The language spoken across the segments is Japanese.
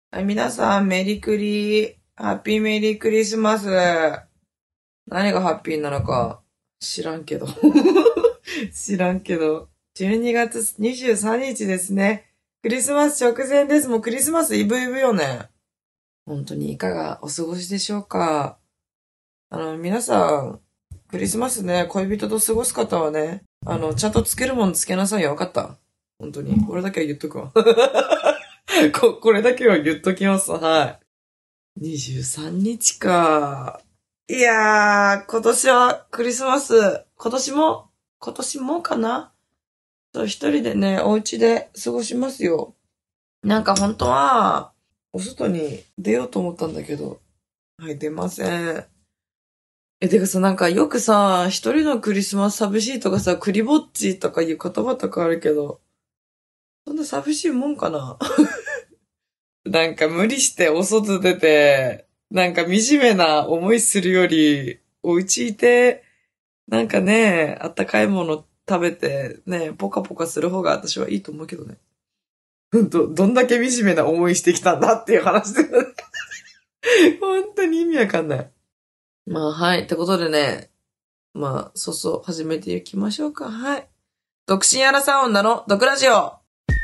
はい、皆さん、メリクリ、ハッピーメリークリスマス。何がハッピーなのか、知らんけど。知らんけど。12月23日ですね。クリスマス直前です。もうクリスマスイブイブよね。本当にいかがお過ごしでしょうか。皆さん、クリスマスね、恋人と過ごす方はね、ちゃんとつけるもんつけなさいよ。わかった？本当に。これだけは言っとくわ。これだけは言っときます。はい。23日か。いやー、今年はクリスマス、今年もかな。一人でね、お家で過ごしますよ。なんか本当は、お外に出ようと思ったんだけど、はい、出ません。てかさ、なんかよくさ、一人のクリスマス寂しいとかさ、クリぼっちとかいう言葉とかあるけど、そんな寂しいもんかな。なんか無理してお外出て、なんか惨めな思いするより、お家いて、なんかね、あったかいもの食べて、ね、ポカポカする方が私はいいと思うけどね。どんだけ惨めな思いしてきたんだっていう話で。本当に意味わかんない。まあ、はい。ってことでね、まあ、始めていきましょうか。はい。独身アラサー女の毒ラジオ。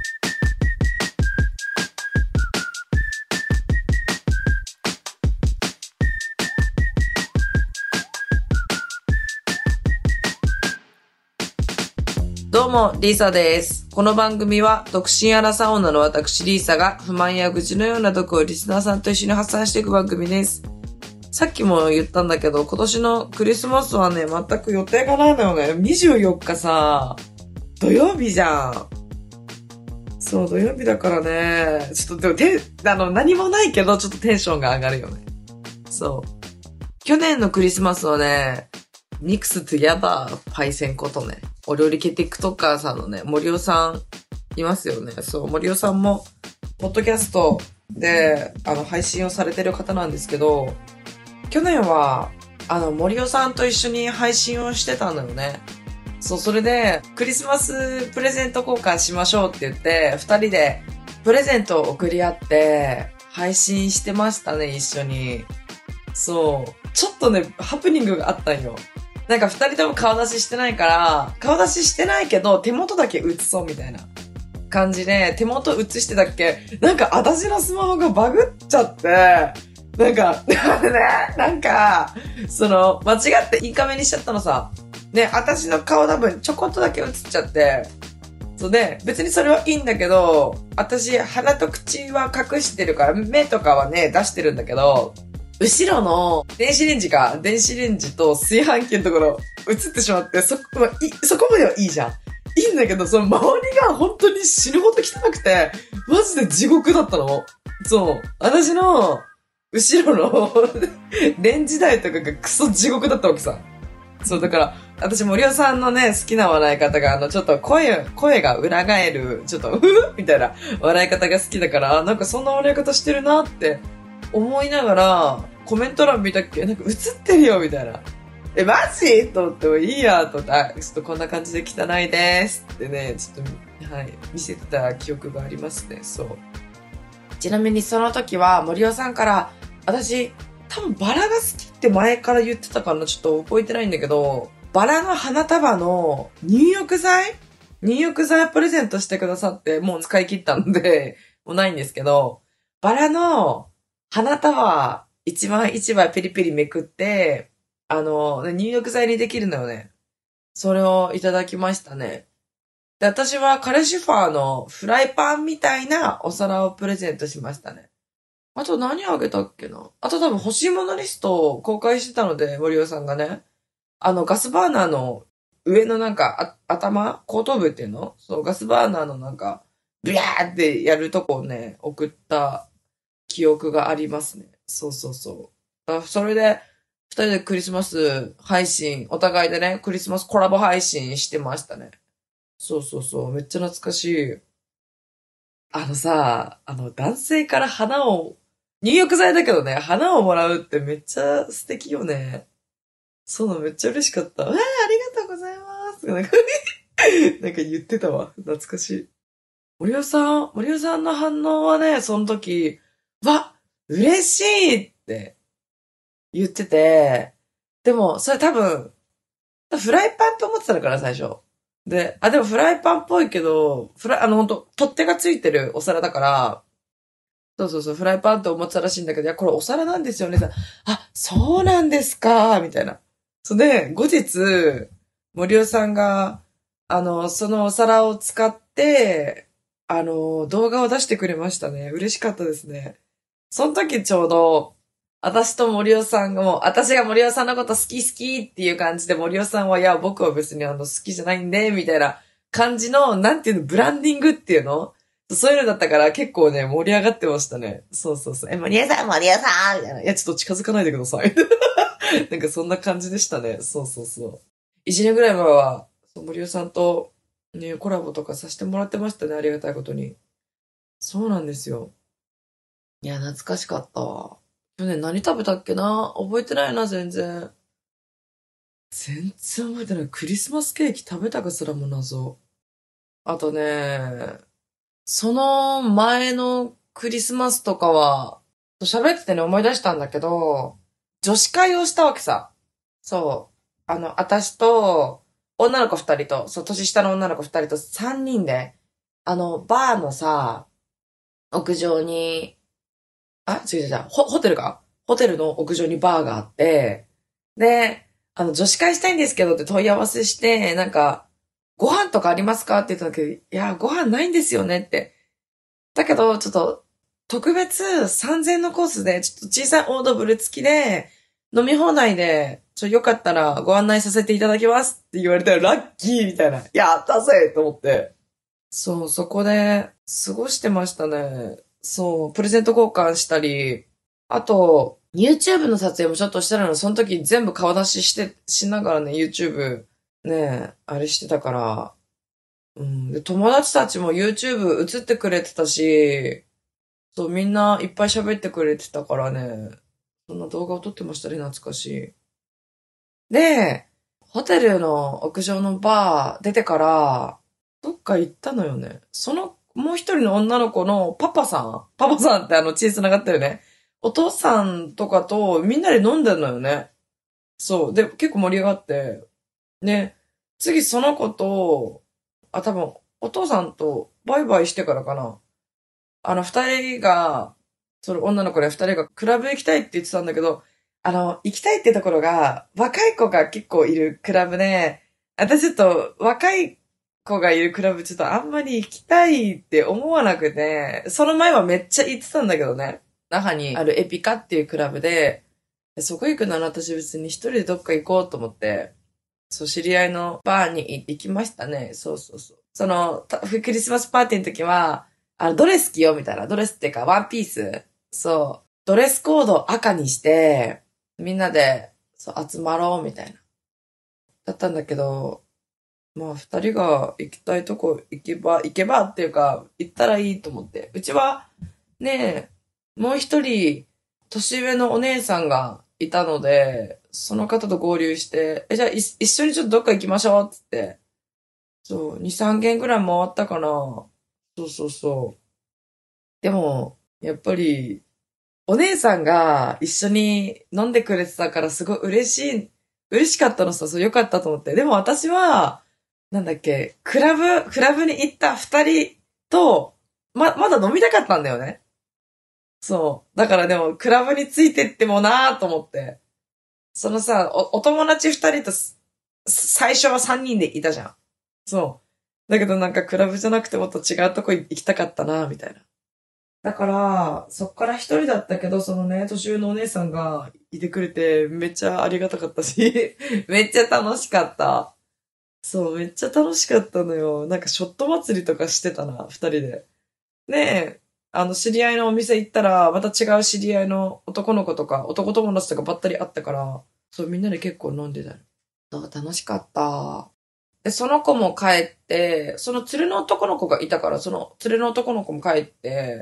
どうも、リーサです。この番組は、独身アラサー女の私リーサが不満や愚痴のような毒をリスナーさんと一緒に発散していく番組です。さっきも言ったんだけど、今年のクリスマスはね、全く予定がないのよね。24日さ、土曜日じゃん。そう、土曜日だからね、ちょっとでも何もないけど、ちょっとテンションが上がるよね。そう。去年のクリスマスはね、ミックストゥギャバーパイセンことね、お料理系 TikToker さんのね、森尾さんいますよね。そう、森尾さんも、ポッドキャストで、配信をされてる方なんですけど、去年は、森尾さんと一緒に配信をしてたのよね。そう、それで、クリスマスプレゼント交換しましょうって言って、二人でプレゼントを送り合って、配信してましたね、一緒に。そう。ちょっとね、ハプニングがあったんよ。なんか二人とも顔出ししてないから、顔出ししてないけど、手元だけ映そうみたいな感じで、手元映してたっけ？なんか私のスマホがバグっちゃって、なんか、なんか、間違っていいカメにしちゃったのさ。ね、私の顔多分ちょこっとだけ映っちゃって、そうで、別にそれはいいんだけど、私鼻と口は隠してるから、目とかはね、出してるんだけど、後ろの電子レンジと炊飯器のところ映ってしまって、そこまではいいじゃん。いいんだけど、その周りが本当に死ぬほど汚くて、マジで地獄だったの。そう。私の後ろのレンジ台とかがクソ地獄だったわけさ。そう、だから、私森尾さんのね、好きな笑い方が、ちょっと声が裏返る、ちょっと、みたいな笑い方が好きだから、なんかそんな笑い方してるなって思いながら、コメント欄見たっけなんか映ってるよみたいな。マジと思ってもいいやと思って、ちょっとこんな感じで汚いですってね、ちょっと、はい、見せてた記憶がありますね、そう。ちなみにその時は森尾さんから、私、多分バラが好きって前から言ってたからちょっと覚えてないんだけど、バラの花束の入浴剤プレゼントしてくださって、もう使い切ったので、もうないんですけど、バラの花束一枚一枚ペリペリめくって、入浴剤にできるのよね。それをいただきましたね。で、私はカルシファーのフライパンみたいなお皿をプレゼントしましたね。あと何あげたっけな。あと多分欲しいものリストを公開してたので、森尾さんがね。ガスバーナーの上のなんか、後頭部っていうのそう、ガスバーナーのなんか、ビャーってやるとこをね、送った記憶がありますね。そうそうそう。それで、二人でクリスマス配信、お互いでね、クリスマスコラボ配信してましたね。そうそうそう、めっちゃ懐かしい。男性から入浴剤だけどね、花をもらうってめっちゃ素敵よね。そうなの、めっちゃ嬉しかった。ありがとうございます。なんか言ってたわ。懐かしい。森尾さんの反応はね、その時、 嬉しいって言ってて、でも、それ多分、フライパンと思ってたのかな、最初。で、でもフライパンっぽいけど、ほんと、取っ手がついてるお皿だから、そうそうそう、フライパンと思ってたらしいんだけど、いや、これお皿なんですよね。そうなんですか、みたいな。それで、後日、森尾さんが、そのお皿を使って、動画を出してくれましたね。嬉しかったですね。その時ちょうど、私と森尾さんがもう、私が森尾さんのこと好き好きっていう感じで、森尾さんは、いや、僕は別に好きじゃないんで、みたいな感じの、なんていうの、ブランディングっていうのそういうのだったから結構ね、盛り上がってましたね。そうそうそう。森尾さん、森尾さんみたいな。いや、ちょっと近づかないでください。なんかそんな感じでしたね。そうそうそう。1年ぐらい前は、森尾さんと、ね、コラボとかさせてもらってましたね。ありがたいことに。そうなんですよ。いや、懐かしかったわ。去年何食べたっけな、覚えてないな、全然。全然覚えてない。クリスマスケーキ食べたかすらも謎。あとね、その前のクリスマスとかは、喋っててね思い出したんだけど、女子会をしたわけさ。そう。私と、女の子二人と、そう、年下の女の子二人と三人で、バーのさ、屋上に、違う違う違う、ホテルかホテルの屋上にバーがあって、で、女子会したいんですけどって問い合わせして、なんか、ご飯とかありますかって言ったんだけど、いや、ご飯ないんですよねって。だけど、ちょっと、特別3000のコースで、ちょっと小さいオードブル付きで、飲み放題で、よかったらご案内させていただきますって言われたらラッキーみたいな。やったぜと思って。そう、そこで過ごしてましたね。そう、プレゼント交換したり、あと、YouTube の撮影もちょっとしたの、その時全部顔出ししながらね、YouTube ね、あれしてたから、うん。で、友達たちも YouTube 映ってくれてたし、そう、みんないっぱい喋ってくれてたからね、そんな動画を撮ってましたね、懐かしい。で、ホテルの屋上のバー出てから、どっか行ったのよね。もう一人の女の子のパパさんって血繋がったよね。お父さんとかとみんなで飲んでんのよね。そう。で、結構盛り上がって。で、次その子と、多分、お父さんとバイバイしてからかな。二人が、その女の子で二人がクラブ行きたいって言ってたんだけど、行きたいってところが、若い子が結構いるクラブで、私ちょっと若い子がいるクラブちょっとあんまり行きたいって思わなくて、その前はめっちゃ行ってたんだけどね。那覇にあるエピカっていうクラブで、そこ行くなら私別に一人でどっか行こうと思って、そう、知り合いのバーに行きましたね。そうそうそう。クリスマスパーティーの時は、ドレス着ようみたいな。ドレスっていうか、ワンピース。そう。ドレスコード赤にして、みんなで、そう、集まろうみたいな。だったんだけど、まあ、二人が行きたいとこ行けばっていうか、行ったらいいと思って。うちは、ねもう一人、年上のお姉さんがいたので、その方と合流して、じゃあ一緒にちょっとどっか行きましょうっつって。そう、2、3軒ぐらい回ったかな。そうそうそう。でも、やっぱり、お姉さんが一緒に飲んでくれてたからすごい嬉しかったのさ、そう、よかったと思って。でも私は、なんだっけ、クラブに行った二人と、まだ飲みたかったんだよね。そう。だからでも、クラブについてってもなーと思って。そのさ、お友達二人と最初は三人でいたじゃん。そう。だけどなんかクラブじゃなくてもっと違うとこ行きたかったな、みたいな。だから、そっから一人だったけど、そのね、年上のお姉さんがいてくれて、めっちゃありがたかったし、めっちゃ楽しかった。そう、めっちゃ楽しかったのよ。なんかショット祭りとかしてたな、二人で。で、知り合いのお店行ったら、また違う知り合いの男の子とか、男友達とかばったり会ったから、そう、みんなで結構飲んでた。そう、楽しかった。で、その子も帰って、その連れの男の子がいたから、その連れの男の子も帰って、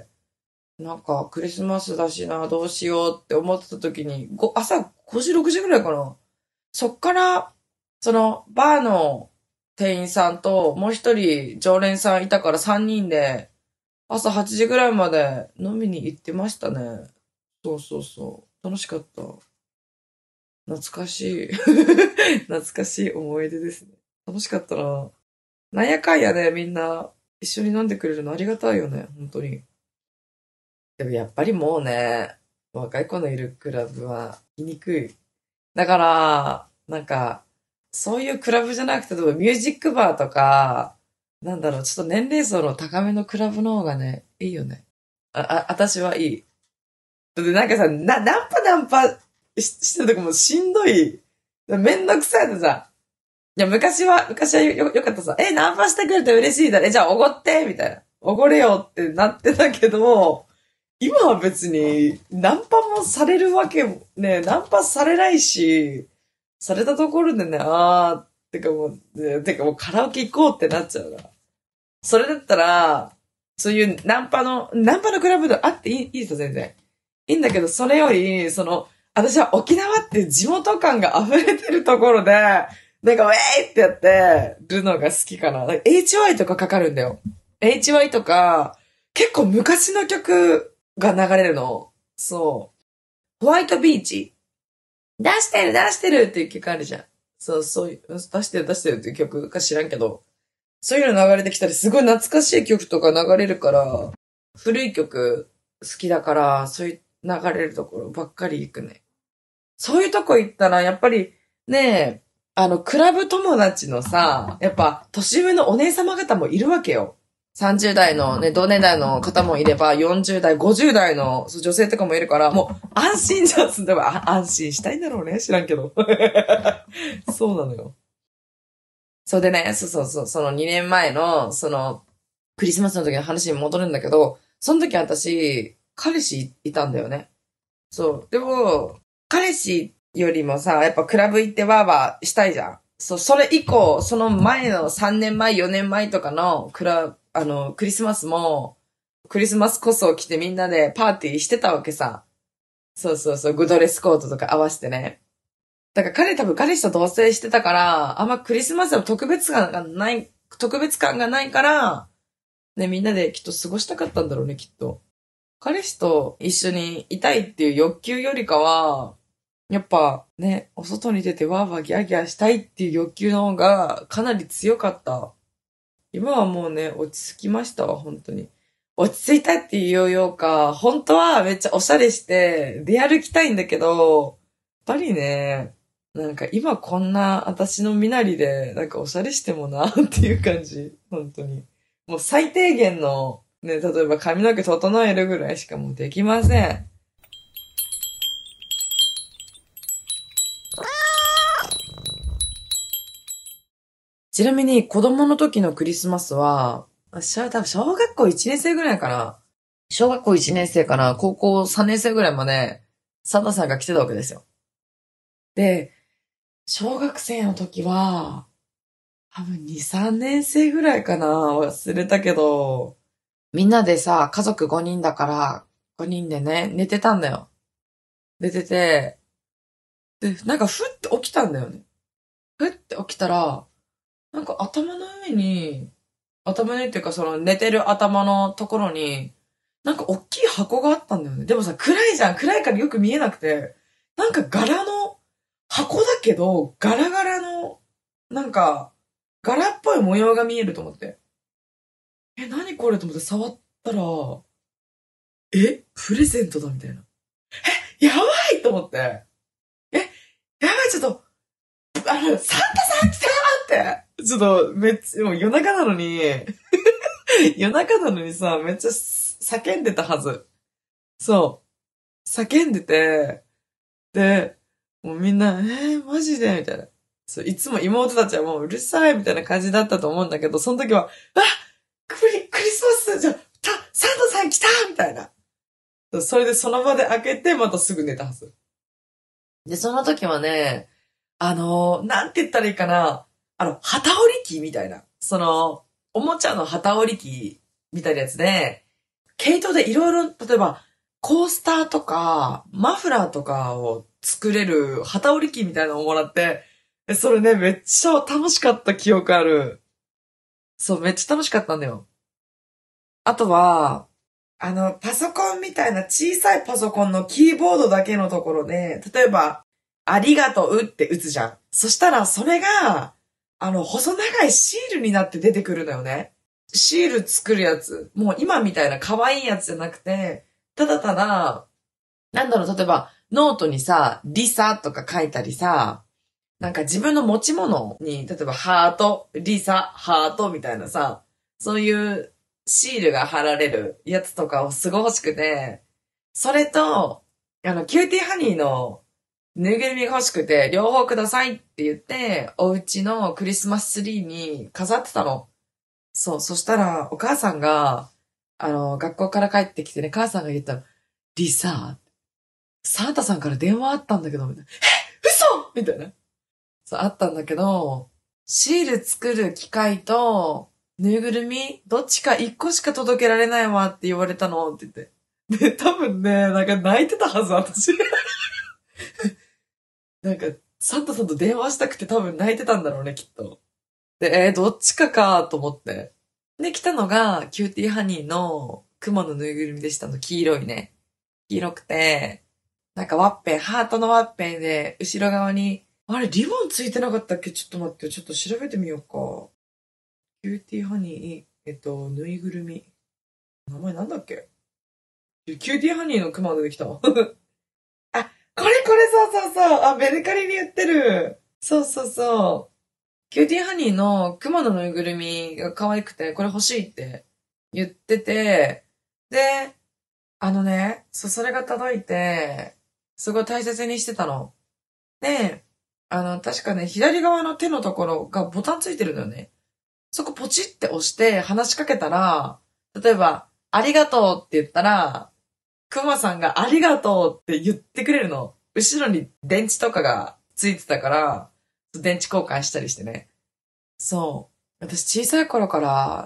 なんかクリスマスだしな、どうしようって思ってた時に、朝5時、6時ぐらいかな。そっから、そのバーの店員さんともう一人常連さんいたから3人で朝8時ぐらいまで飲みに行ってましたね。 そうそうそう。楽しかった。懐かしい。懐かしい思い出ですね。楽しかったな。なんやかんやね、みんな一緒に飲んでくれるのありがたいよね、本当に。でもやっぱりもうね、若い子のいるクラブは行きにくい。だから、なんか、そういうクラブじゃなくて、例えばミュージックバーとか、なんだろう、ちょっと年齢層の高めのクラブの方がね、いいよね。私はいい。だってなんかさ、ナンパしてるとこもしんどい。めんどくさいのさ。いや、昔はよかったさ。ナンパしてくれて嬉しいだね。じゃあおごって、みたいな。おごれよってなってたけど、今は別に、ナンパもされるわけも、ね、ナンパされないし、されたところでね、てかもうカラオケ行こうってなっちゃうから。それだったら、そういうナンパのクラブであっていいですよ、全然。いいんだけど、それより、私は沖縄って地元感が溢れてるところで、なんか、ウェイってやってるのが好きかな。HY とかかかるんだよ。HY とか、結構昔の曲が流れるの。そう。ホワイトビーチ。出してるっていう曲あるじゃん。そういう、出してるっていう曲か知らんけど、そういうの流れてきたり、すごい懐かしい曲とか流れるから、古い曲好きだから、そういう流れるところばっかり行くね。そういうとこ行ったら、やっぱり、ねクラブ友達のさ、やっぱ、年上のお姉様方もいるわけよ。30代のね、同年代の方もいれば、40代、50代の女性とかもいるから、もう、安心じゃん、でも安心したいんだろうね、知らんけど。そうなのよ。そうでね、そう、その2年前の、クリスマスの時の話に戻るんだけど、その時私、彼氏いたんだよね。そう。でも、彼氏よりもさ、やっぱクラブ行ってワーワーしたいじゃん。そう、それ以降、その前の3年前、4年前とかのクリスマスも、クリスマスこそ来てみんなでパーティーしてたわけさ。そう、グドレスコートとか合わせてね。だから彼氏と同棲してたから、あんまクリスマスは特別感がないから、ね、みんなできっと過ごしたかったんだろうね、きっと。彼氏と一緒にいたいっていう欲求よりかは、やっぱね、お外に出てワーワーギャーギャーしたいっていう欲求の方がかなり強かった。今はもうね、落ち着きましたわ、本当に。落ち着いたって言うようか、本当はめっちゃおしゃれして出歩きたいんだけど、やっぱりね、なんか今こんな私の身なりでなんかおしゃれしてもなっていう感じ。本当に。もう最低限のね、例えば髪の毛整えるぐらいしかもうできません。ちなみに子供の時のクリスマスは、私は多分小学校1年生ぐらいかな。小学校1年生から高校3年生ぐらいまでサンタさんが来てたわけですよ。で、小学生の時は、多分2、3年生ぐらいかな。忘れたけど、みんなでさ、家族5人だから、5人でね、寝てたんだよ。寝てて、で、なんかふって起きたんだよね。ふって起きたら、なんか頭の上っていうかその寝てる頭のところに、なんか大きい箱があったんだよね。でもさ、暗いじゃん。暗いからよく見えなくて、なんか柄の箱だけど、ガラガラの、なんか、柄っぽい模様が見えると思って。何これと思って触ったら、プレゼントだみたいな。やばいと思って。やばい、ちょっと、サンタさん来たって。ちょっと、めっちゃ、もう夜中なのに、夜中なのにさ、めっちゃ叫んでたはず。そう。叫んでて、で、もうみんな、マジでみたいな。そう、いつも妹たちはもううるさいみたいな感じだったと思うんだけど、その時は、クリスマスじゃ、サンタさん来たみたいな。それでその場で開けて、またすぐ寝たはず。で、その時はね、なんて言ったらいいかな。旗折り機みたいな。おもちゃの旗折り機みたいなやつで、毛糸でいろいろ、例えば、コースターとか、マフラーとかを作れる旗折り機みたいなのをもらって、それね、めっちゃ楽しかった記憶ある。そう、めっちゃ楽しかったんだよ。あとは、 パソコンみたいな小さいパソコンのキーボードだけのところで、例えば、ありがとうって打つじゃん。そしたら、それが、細長いシールになって出てくるのよね。シール作るやつ。もう今みたいな可愛いやつじゃなくて、ただただ、例えば、ノートにさ、リサとか書いたりさ、なんか自分の持ち物に、例えばハート、リサ、ハートみたいなさ、そういうシールが貼られるやつとかをすごい欲しくて、それと、キューティーハニーのぬいぐるみが欲しくて、両方くださいって言って、お家のクリスマスツリーに飾ってたの。そう、そしたら、お母さんが、学校から帰ってきてね、母さんが言ったの、リサ、サンタさんから電話あったんだけど、みたいな。嘘みたいな。そう、あったんだけど、シール作る機械と、ぬいぐるみどっちか一個しか届けられないわって言われたのって言って。で、多分ね、なんか泣いてたはず、私。なんか、サンタさんと電話したくて多分泣いてたんだろうね、きっと。で、どっちかかと思って。で、来たのが、キューティーハニーの雲のぬいぐるみでしたの、黄色いね。黄色くて、なんかワッペン、ハートのワッペンで、後ろ側に、あれ、リボンついてなかったっけ？ちょっと待って、ちょっと調べてみようか。キューティーハニー、ぬいぐるみ。名前なんだっけ？キューティーハニーのクマ出てきた。あ、これそうそうそう。あ、メルカリに売ってる。そうそうそう。キューティーハニーのクマのぬいぐるみが可愛くて、これ欲しいって言ってて、で、それが届いて、すごい大切にしてたの。で、確かね、左側の手のところがボタンついてるのよね。そこポチって押して話しかけたら、例えば、ありがとうって言ったら、クマさんがありがとうって言ってくれるの。後ろに電池とかがついてたから、電池交換したりしてね。そう。私小さい頃から、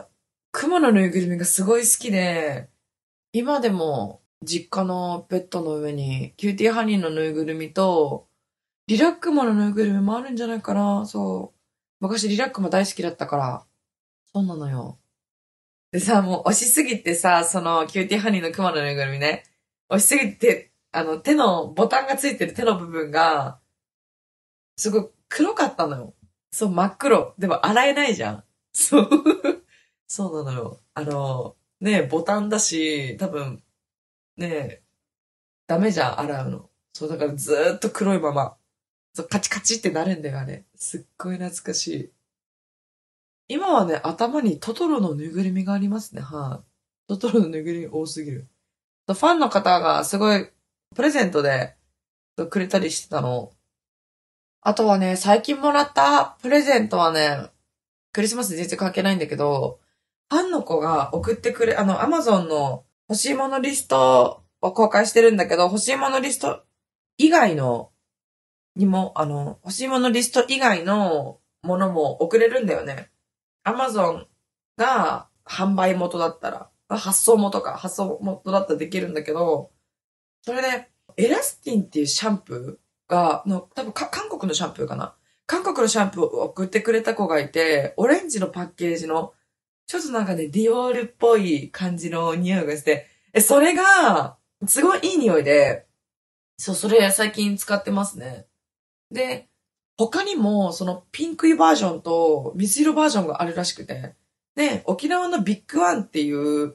クマのぬいぐるみがすごい好きで、今でも実家のベッドの上にキューティーハニーのぬいぐるみと、リラックマのぬいぐるみもあるんじゃないかな。そう。昔リラックマ大好きだったから。そうなのよ。でさ、もう押しすぎてさ、そのキューティーハニーのクマのぬいぐるみね。押しすぎて、手のボタンがついてる手の部分が、すごい黒かったのよ。そう、真っ黒。でも洗えないじゃん。そう。そうなのよ。ねボタンだし、多分、ねダメじゃん、洗うの。そう、だからずーっと黒いまま。そう、カチカチってなるんだよ、あれ。すっごい懐かしい。今はね、頭にトトロのぬいぐるみがありますね、はい。トトロのぬいぐるみ多すぎる。ファンの方がすごい、プレゼントでくれたりしてたの。あとはね、最近もらったプレゼントはね、クリスマス全然関係ないんだけど、ファンの子が送ってくれ、アマゾンの欲しいものリストを公開してるんだけど、欲しいものリスト以外のにも、欲しいものリスト以外のものも送れるんだよね。アマゾンが販売元だったら、発送元だったらできるんだけど、それで、エラスティンっていうシャンプーが、多分韓国のシャンプーかな。韓国のシャンプーを送ってくれた子がいて、オレンジのパッケージの、ちょっとなんかね、ディオールっぽい感じの匂いがして、それが、すごいいい匂いで、そう、それ最近使ってますね。で、他にも、そのピンクいバージョンと水色バージョンがあるらしくて。で、沖縄のビッグワンっていう、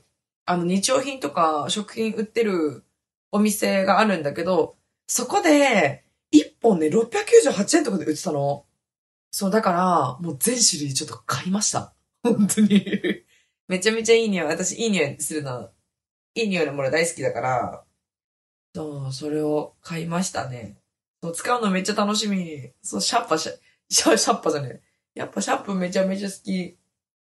日用品とか食品売ってるお店があるんだけど、そこで、1本ね、698円とかで売ってたの。そう、だから、もう全種類ちょっと買いました。本当に。めちゃめちゃいい匂い。私、いい匂いするの。いい匂いのもの大好きだから、そう、それを買いましたね。そう、使うのめっちゃ楽しみ。そう、シャッパじゃねえ。やっぱシャンプーめちゃめちゃ好き。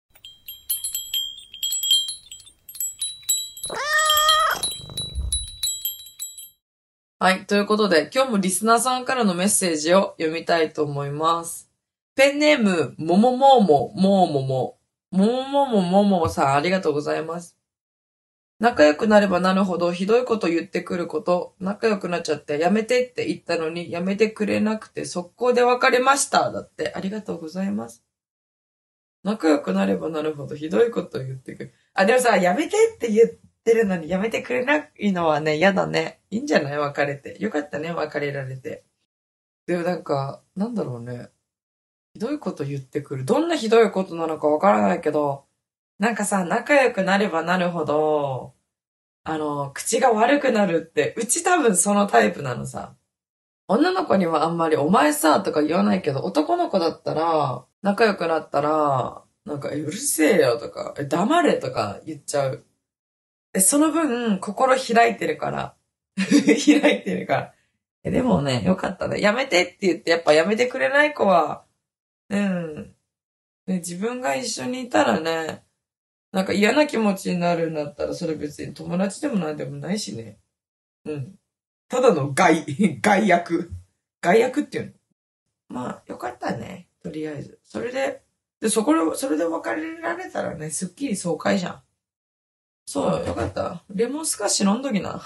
はい。ということで、今日もリスナーさんからのメッセージを読みたいと思います。ペンネーム、もももも、ももも。ももももももさん、ありがとうございます。仲良くなればなるほどひどいこと言ってくること、仲良くなっちゃってやめてって言ったのにやめてくれなくて速攻で別れました。だって、ありがとうございます。仲良くなればなるほどひどいこと言ってくる。あ、でもさ、やめてって言っってるのにやめてくれないのはね、嫌だね。いいんじゃない？別れて。よかったね、別れられて。でもなんか、なんだろうね。ひどいこと言ってくる。どんなひどいことなのかわからないけど、なんかさ、仲良くなればなるほど、口が悪くなるって、うち多分そのタイプなのさ。女の子にはあんまりお前さとか言わないけど、男の子だったら、仲良くなったら、なんか、うるせえよとか、黙れとか言っちゃう。その分、心開いてるから。開いてるから。でもね、よかったね。やめてって言って、やっぱやめてくれない子は、うん。自分が一緒にいたらね、なんか嫌な気持ちになるんだったら、それ別に友達でもなんでもないしね。うん。ただの害悪。害悪っていうの。まあ、よかったね。とりあえず。それでそれで別れられたらね、すっきり爽快じゃん。そう、よかった。レモンスカッシュ飲んどきな。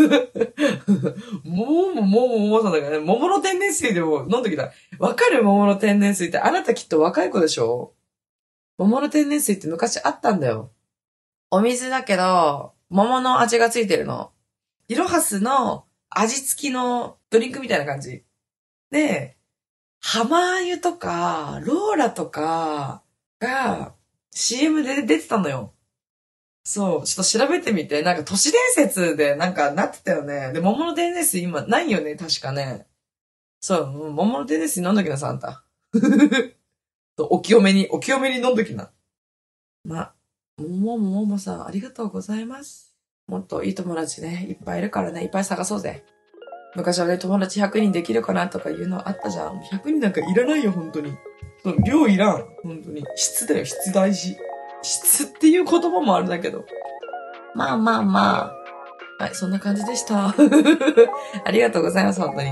桃さんだからね、桃の天然水でも飲んどきな。わかる？桃の天然水って。あなたきっと若い子でしょ？桃の天然水って昔あったんだよ。お水だけど、桃の味がついてるの。イロハスの味付きのドリンクみたいな感じ。で、ハマーユとか、ローラとかが CM で出てたのよ。そう、ちょっと調べてみて。なんか都市伝説でなんかなってたよね。で、桃の天然水今ないよね、確かね。そう、桃の天然水飲んどきなさ、あんた。お清めに飲んどきな。ま、もさん、ありがとうございます。もっといい友達ね、いっぱいいるからね、いっぱい探そうぜ。昔はね、友達100人できるかなとかいうのあったじゃん。100人なんかいらないよ、本当に。そう、量いらん。本当に。質だよ、質大事。質っていう言葉もあるんだけど。まあ。はい、そんな感じでした。ありがとうございます、本当に。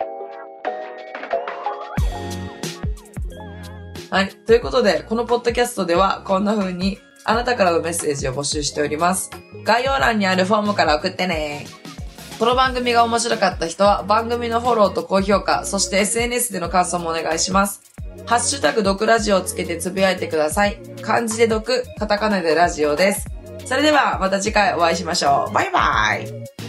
はい、ということで、このポッドキャストではこんな風にあなたからのメッセージを募集しております。概要欄にあるフォームから送ってね。この番組が面白かった人は番組のフォローと高評価、そして SNS での感想もお願いします。ハッシュタグ毒ラジオをつけてつぶやいてください。漢字で毒、カタカナでラジオです。それではまた次回お会いしましょう。バイバイ。